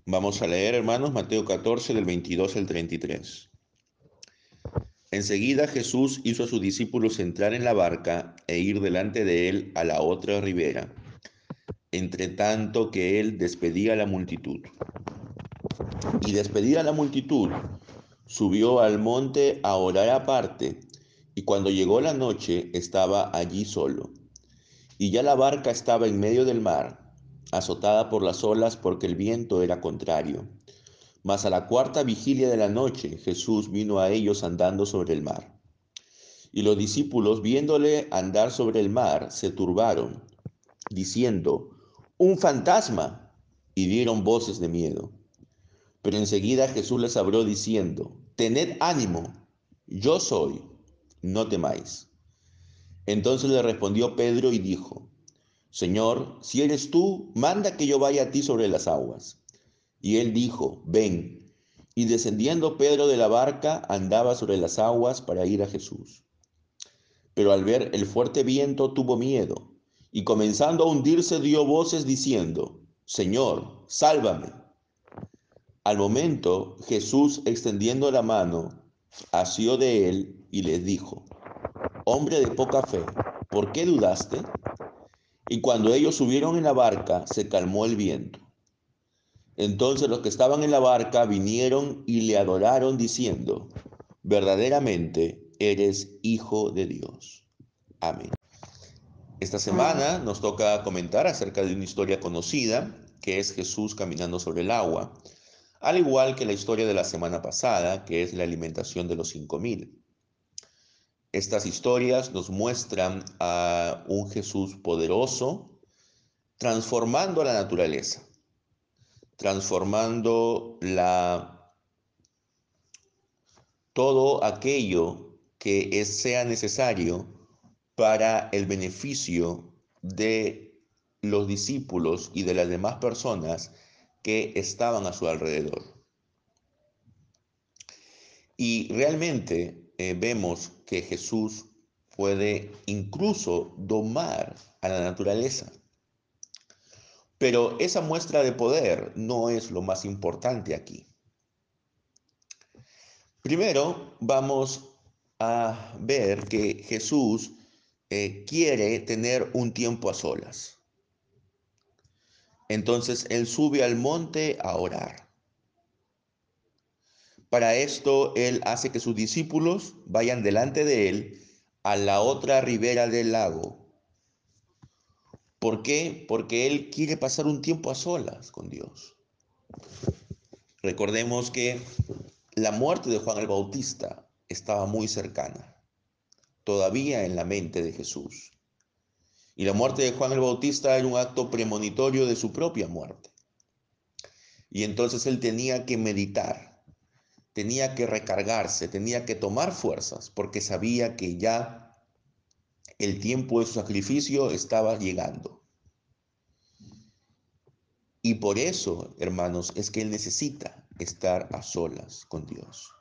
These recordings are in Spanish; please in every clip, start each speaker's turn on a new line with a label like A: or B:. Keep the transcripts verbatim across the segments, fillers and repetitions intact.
A: Vamos a leer, hermanos, Mateo catorce, del veintidós al treinta y tres. Enseguida Jesús hizo a sus discípulos entrar en la barca e ir delante de él a la otra ribera, entre tanto que él despedía a la multitud. Y despedida a la multitud, subió al monte a orar aparte, y cuando llegó la noche estaba allí solo. Y ya la barca estaba en medio del mar, azotada por las olas porque el viento era contrario. Mas a la cuarta vigilia de la noche Jesús vino a ellos andando sobre el mar. Y los discípulos, viéndole andar sobre el mar, se turbaron, diciendo: ¡Un fantasma! Y dieron voces de miedo. Pero enseguida Jesús les habló diciendo: Tened ánimo, yo soy, no temáis. Entonces le respondió Pedro y dijo: Señor, si eres tú, manda que yo vaya a ti sobre las aguas. Y él dijo: Ven. Y descendiendo Pedro de la barca, andaba sobre las aguas para ir a Jesús. Pero al ver el fuerte viento tuvo miedo, y comenzando a hundirse dio voces diciendo: Señor, sálvame. Al momento Jesús, extendiendo la mano, asió de él y les dijo: Hombre de poca fe, ¿por qué dudaste? Y cuando ellos subieron en la barca, se calmó el viento. Entonces los que estaban en la barca vinieron y le adoraron diciendo: Verdaderamente eres Hijo de Dios. Amén. Esta semana nos toca comentar acerca de una historia conocida, que es Jesús caminando sobre el agua, al igual que la historia de la semana pasada, que es la alimentación de los cinco mil. Estas historias nos muestran a un Jesús poderoso transformando la naturaleza, transformando la, todo aquello que es, sea necesario para el beneficio de los discípulos y de las demás personas que estaban a su alrededor. Y realmente eh, vemos que Jesús puede incluso domar a la naturaleza. Pero esa muestra de poder no es lo más importante aquí. Primero vamos a ver que Jesús eh, quiere tener un tiempo a solas. Entonces él sube al monte a orar. Para esto él hace que sus discípulos vayan delante de él a la otra ribera del lago. ¿Por qué? Porque él quiere pasar un tiempo a solas con Dios. Recordemos que la muerte de Juan el Bautista estaba muy cercana, todavía en la mente de Jesús. Y la muerte de Juan el Bautista era un acto premonitorio de su propia muerte. Y entonces él tenía que meditar, tenía que recargarse, tenía que tomar fuerzas, porque sabía que ya el tiempo de su sacrificio estaba llegando. Y por eso, hermanos, es que él necesita estar a solas con Dios.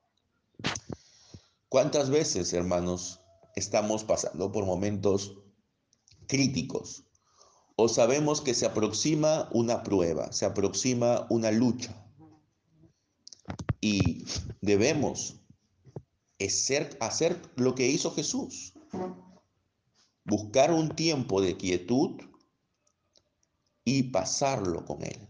A: ¿Cuántas veces, hermanos, estamos pasando por momentos críticos o sabemos que se aproxima una prueba, se aproxima una lucha y debemos hacer, hacer lo que hizo Jesús, buscar un tiempo de quietud y pasarlo con Él?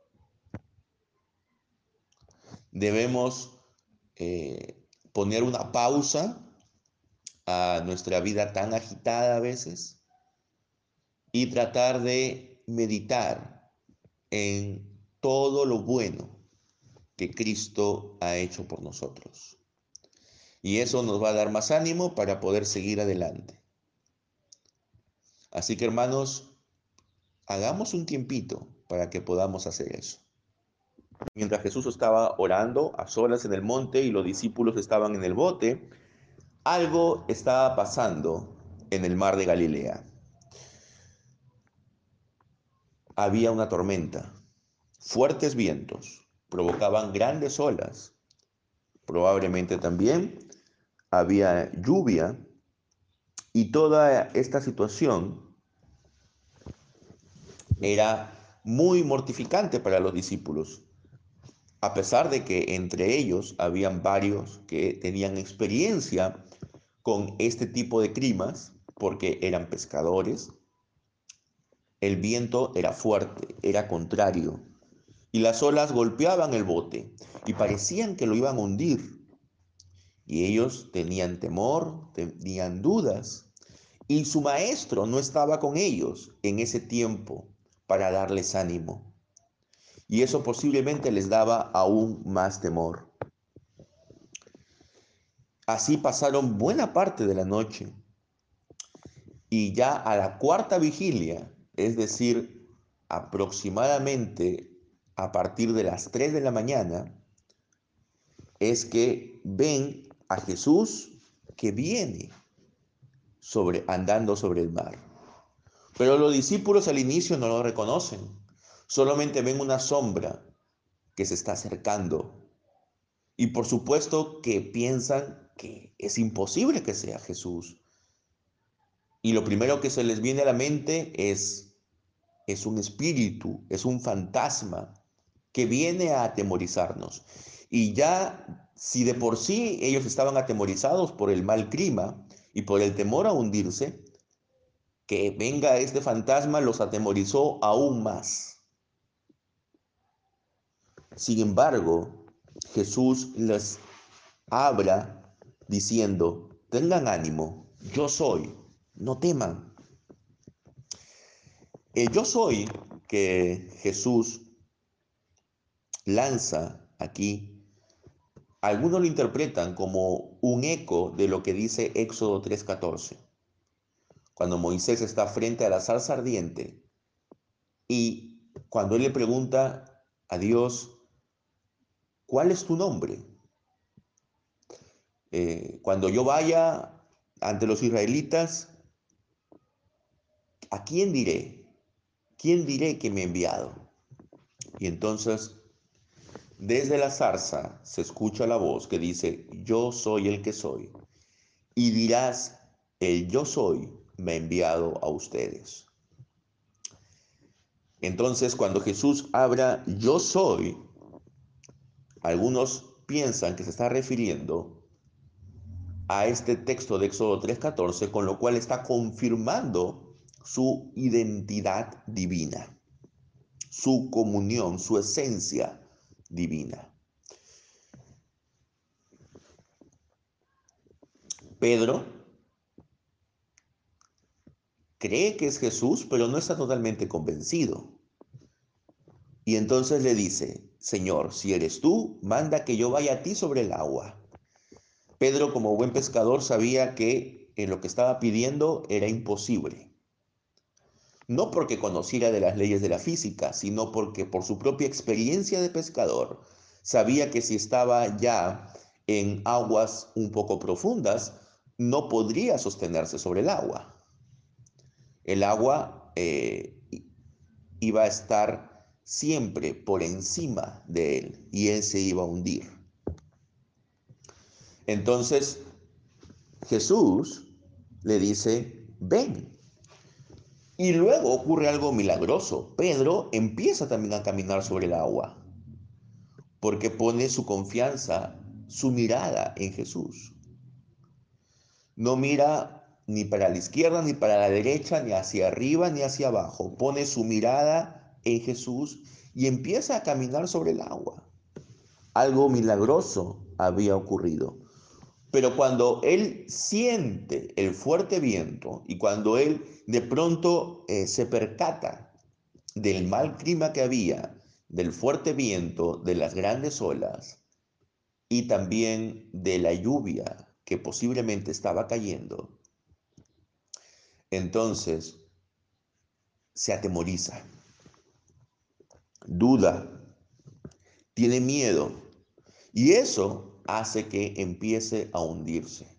A: Debemos eh, poner una pausa a nuestra vida tan agitada a veces y tratar de meditar en todo lo bueno que Cristo ha hecho por nosotros. Y eso nos va a dar más ánimo para poder seguir adelante. Así que, hermanos, hagamos un tiempito para que podamos hacer eso. Mientras Jesús estaba orando a solas en el monte y los discípulos estaban en el bote, algo estaba pasando en el mar de Galilea. Había una tormenta, fuertes vientos, provocaban grandes olas. Probablemente también había lluvia y toda esta situación era muy mortificante para los discípulos, a pesar de que entre ellos habían varios que tenían experiencia con este tipo de climas, porque eran pescadores. El viento era fuerte, era contrario, y las olas golpeaban el bote y parecían que lo iban a hundir. Y ellos tenían temor, tenían dudas, y su maestro no estaba con ellos en ese tiempo para darles ánimo. Y eso posiblemente les daba aún más temor. Así pasaron buena parte de la noche, y ya a la cuarta vigilia, es decir, aproximadamente a partir de las tres de la mañana, es que ven a Jesús que viene sobre, andando sobre el mar. Pero los discípulos al inicio no lo reconocen, solamente ven una sombra que se está acercando. Y por supuesto que piensan que es imposible que sea Jesús. Y lo primero que se les viene a la mente es, es un espíritu, es un fantasma que viene a atemorizarnos. Y ya, si de por sí ellos estaban atemorizados por el mal clima y por el temor a hundirse, que venga este fantasma los atemorizó aún más. Sin embargo, Jesús les habla diciendo: tengan ánimo, yo soy, no teman. El yo soy que Jesús lanza aquí, algunos lo interpretan como un eco de lo que dice Éxodo tres catorce, cuando Moisés está frente a la zarza ardiente y cuando él le pregunta a Dios: ¿cuál es tu nombre? Eh, cuando yo vaya ante los israelitas, ¿a quién diré? ¿Quién diré que me ha enviado? Y entonces, desde la zarza se escucha la voz que dice: yo soy el que soy. Y dirás: el yo soy me ha enviado a ustedes. Entonces, cuando Jesús habla yo soy, algunos piensan que se está refiriendo a este texto de Éxodo tres catorce, con lo cual está confirmando su identidad divina, su comunión, su esencia divina. Pedro cree que es Jesús, pero no está totalmente convencido. Y entonces le dice: Señor, si eres tú, manda que yo vaya a ti sobre el agua. Pedro, como buen pescador, sabía que en lo que estaba pidiendo era imposible. No porque conociera de las leyes de la física, sino porque por su propia experiencia de pescador sabía que si estaba ya en aguas un poco profundas, no podría sostenerse sobre el agua. El agua eh, iba a estar siempre por encima de él y él se iba a hundir. Entonces Jesús le dice: ven. Y luego ocurre algo milagroso. Pedro empieza también a caminar sobre el agua, porque pone su confianza, su mirada en Jesús. No mira ni para la izquierda, ni para la derecha, ni hacia arriba, ni hacia abajo. Pone su mirada en Jesús y empieza a caminar sobre el agua. Algo milagroso había ocurrido. Pero cuando él siente el fuerte viento y cuando él de pronto eh, se percata del mal clima que había, del fuerte viento, de las grandes olas y también de la lluvia que posiblemente estaba cayendo, entonces se atemoriza, duda, tiene miedo y eso hace que empiece a hundirse.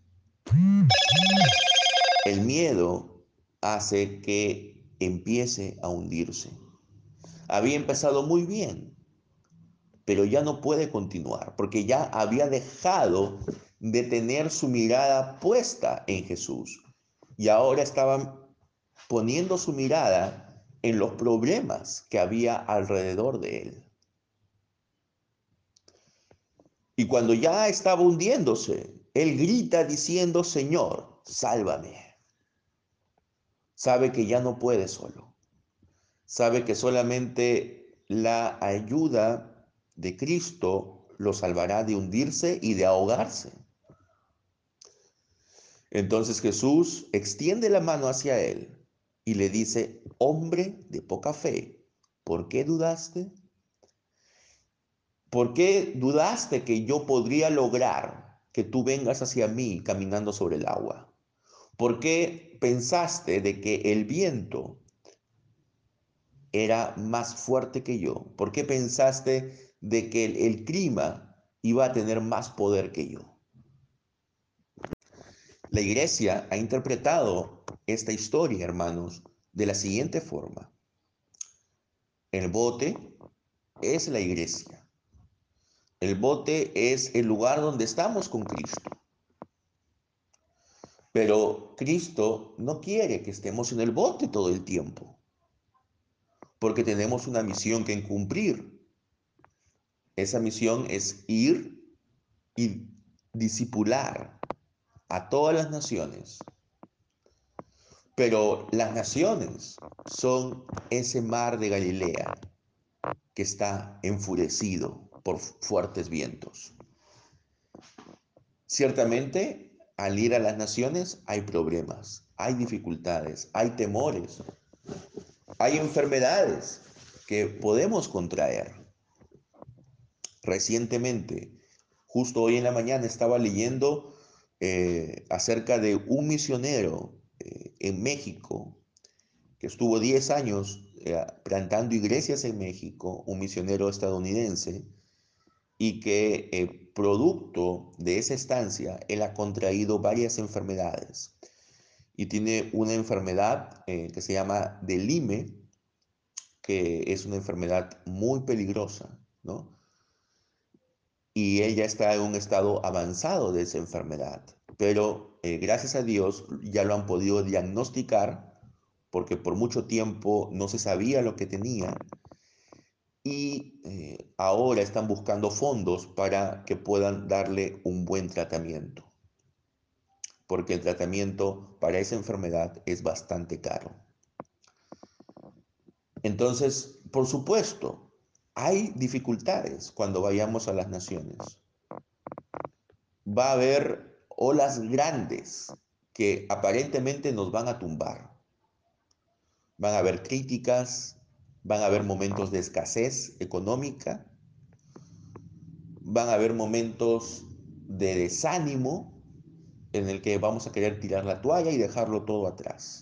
A: El miedo hace que empiece a hundirse. Había empezado muy bien, pero ya no puede continuar porque ya había dejado de tener su mirada puesta en Jesús y ahora estaban poniendo su mirada en los problemas que había alrededor de él. Y cuando ya estaba hundiéndose, él grita diciendo, Señor, sálvame. Sabe que ya no puede solo. Sabe que solamente la ayuda de Cristo lo salvará de hundirse y de ahogarse. Entonces Jesús extiende la mano hacia él y le dice, hombre de poca fe, ¿por qué dudaste? ¿Por qué dudaste que yo podría lograr que tú vengas hacia mí caminando sobre el agua? ¿Por qué pensaste de que el viento era más fuerte que yo? ¿Por qué pensaste de que el, el clima iba a tener más poder que yo? La iglesia ha interpretado esta historia, hermanos, de la siguiente forma. El bote es la iglesia. El bote es el lugar donde estamos con Cristo. Pero Cristo no quiere que estemos en el bote todo el tiempo, porque tenemos una misión que cumplir. Esa misión es ir y discipular a todas las naciones. Pero las naciones son ese mar de Galilea que está enfurecido por fuertes vientos. Ciertamente, al ir a las naciones hay problemas, hay dificultades, hay temores, hay enfermedades que podemos contraer. Recientemente, justo hoy en la mañana, estaba leyendo eh, acerca de un misionero eh, en México que estuvo diez años eh, plantando iglesias en México, un misionero estadounidense, y que eh, producto de esa estancia, él ha contraído varias enfermedades. Y tiene una enfermedad eh, que se llama de Lyme, que es una enfermedad muy peligrosa, ¿no? Y ella está en un estado avanzado de esa enfermedad. Pero eh, gracias a Dios ya lo han podido diagnosticar porque por mucho tiempo no se sabía lo que tenía y eh, ahora están buscando fondos para que puedan darle un buen tratamiento, porque el tratamiento para esa enfermedad es bastante caro. Entonces, por supuesto, hay dificultades cuando vayamos a las naciones. Va a haber olas grandes que aparentemente nos van a tumbar. Van a haber críticas, van a haber momentos de escasez económica, van a haber momentos de desánimo en el que vamos a querer tirar la toalla y dejarlo todo atrás.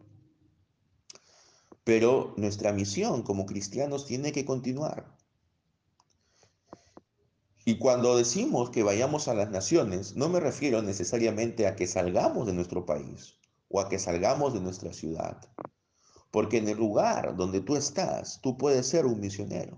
A: Pero nuestra misión como cristianos tiene que continuar. Y cuando decimos que vayamos a las naciones, no me refiero necesariamente a que salgamos de nuestro país o a que salgamos de nuestra ciudad. Porque en el lugar donde tú estás, tú puedes ser un misionero.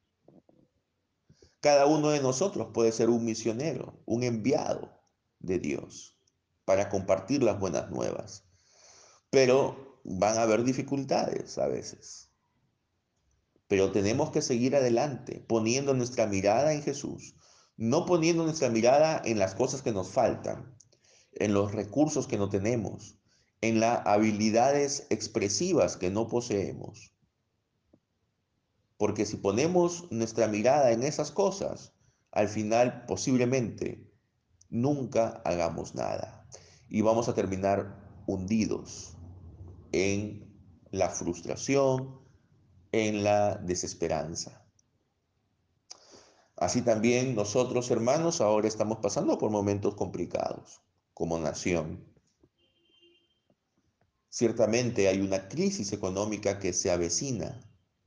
A: Cada uno de nosotros puede ser un misionero, un enviado de Dios para compartir las buenas nuevas. Pero van a haber dificultades a veces. Pero tenemos que seguir adelante, poniendo nuestra mirada en Jesús, no poniendo nuestra mirada en las cosas que nos faltan, en los recursos que no tenemos, en las habilidades expresivas que no poseemos. Porque si ponemos nuestra mirada en esas cosas, al final posiblemente nunca hagamos nada y vamos a terminar hundidos en la frustración, en la desesperanza. Así también nosotros, hermanos, ahora estamos pasando por momentos complicados como nación. Ciertamente hay una crisis económica que se avecina,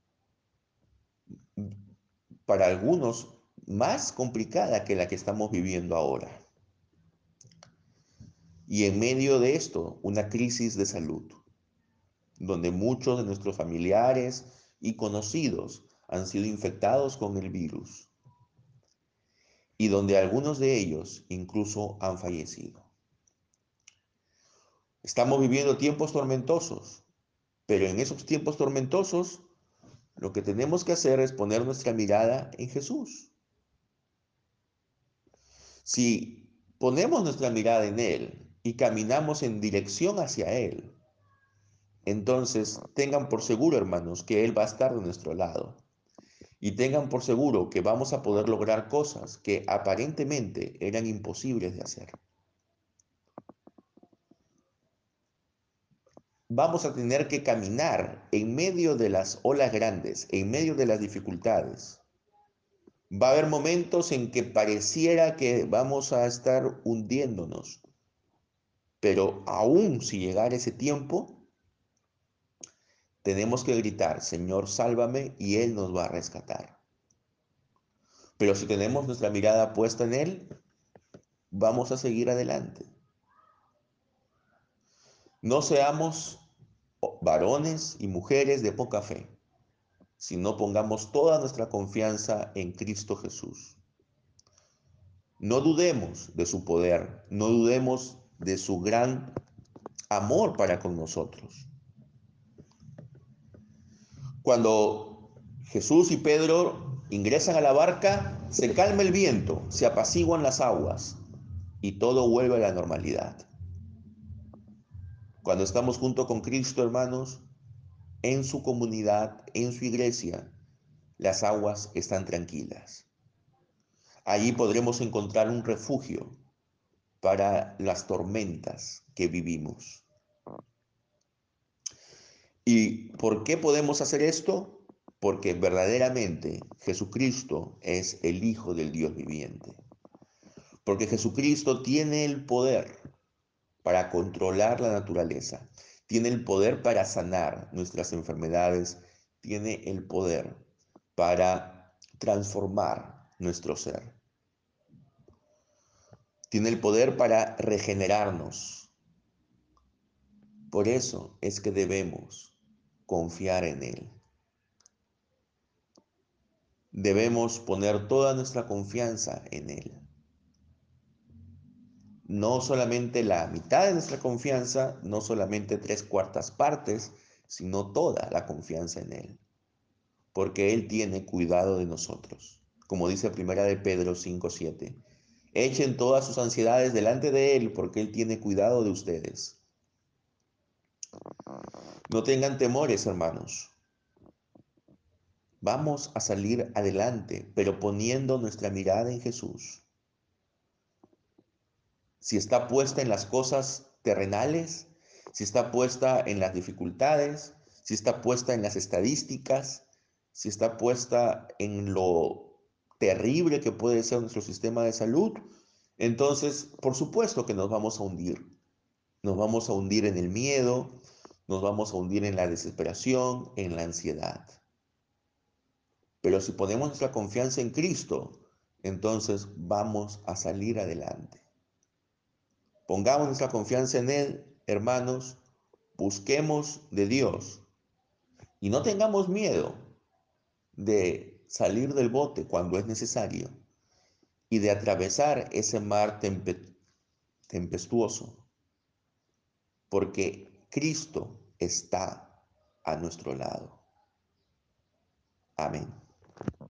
A: para algunos más complicada que la que estamos viviendo ahora. Y en medio de esto, una crisis de salud, donde muchos de nuestros familiares y conocidos han sido infectados con el virus y donde algunos de ellos incluso han fallecido. Estamos viviendo tiempos tormentosos, Pero en esos tiempos tormentosos, lo que tenemos que hacer es poner nuestra mirada en Jesús. Si ponemos nuestra mirada en Él y caminamos en dirección hacia Él, entonces tengan por seguro, hermanos, que Él va a estar de nuestro lado. Y tengan por seguro que vamos a poder lograr cosas que aparentemente eran imposibles de hacer. Vamos a tener que caminar en medio de las olas grandes, en medio de las dificultades. Va a haber momentos en que pareciera que vamos a estar hundiéndonos, pero aún si llegara ese tiempo, tenemos que gritar, Señor, sálvame, y Él nos va a rescatar. Pero si tenemos nuestra mirada puesta en Él, vamos a seguir adelante. No seamos varones y mujeres de poca fe, sino pongamos toda nuestra confianza en Cristo Jesús. No dudemos de su poder, no dudemos de su gran amor para con nosotros. Cuando Jesús y Pedro ingresan a la barca, se calma el viento, se apaciguan las aguas y todo vuelve a la normalidad. Cuando estamos junto con Cristo, hermanos, en su comunidad, en su iglesia, las aguas están tranquilas. Allí podremos encontrar un refugio para las tormentas que vivimos. ¿Y por qué podemos hacer esto? Porque verdaderamente Jesucristo es el Hijo del Dios viviente. Porque Jesucristo tiene el poder para controlar la naturaleza, tiene el poder para sanar nuestras enfermedades, tiene el poder para transformar nuestro ser. Tiene el poder para regenerarnos. Por eso es que debemos confiar en Él. Debemos poner toda nuestra confianza en Él. No solamente la mitad de nuestra confianza, no solamente tres cuartas partes, sino toda la confianza en Él. Porque Él tiene cuidado de nosotros. Como dice Primera de Pedro cinco siete. Echen todas sus ansiedades delante de Él, porque Él tiene cuidado de ustedes. No tengan temores, hermanos. Vamos a salir adelante, pero poniendo nuestra mirada en Jesús. Si está puesta en las cosas terrenales, si está puesta en las dificultades, si está puesta en las estadísticas, si está puesta en lo terrible que puede ser nuestro sistema de salud, entonces, por supuesto que nos vamos a hundir. Nos vamos a hundir en el miedo, nos vamos a hundir en la desesperación, en la ansiedad. Pero si ponemos nuestra confianza en Cristo, entonces vamos a salir adelante. Pongamos nuestra confianza en Él, hermanos, busquemos de Dios y no tengamos miedo de salir del bote cuando es necesario y de atravesar ese mar tempe- tempestuoso, porque Cristo está a nuestro lado. Amén.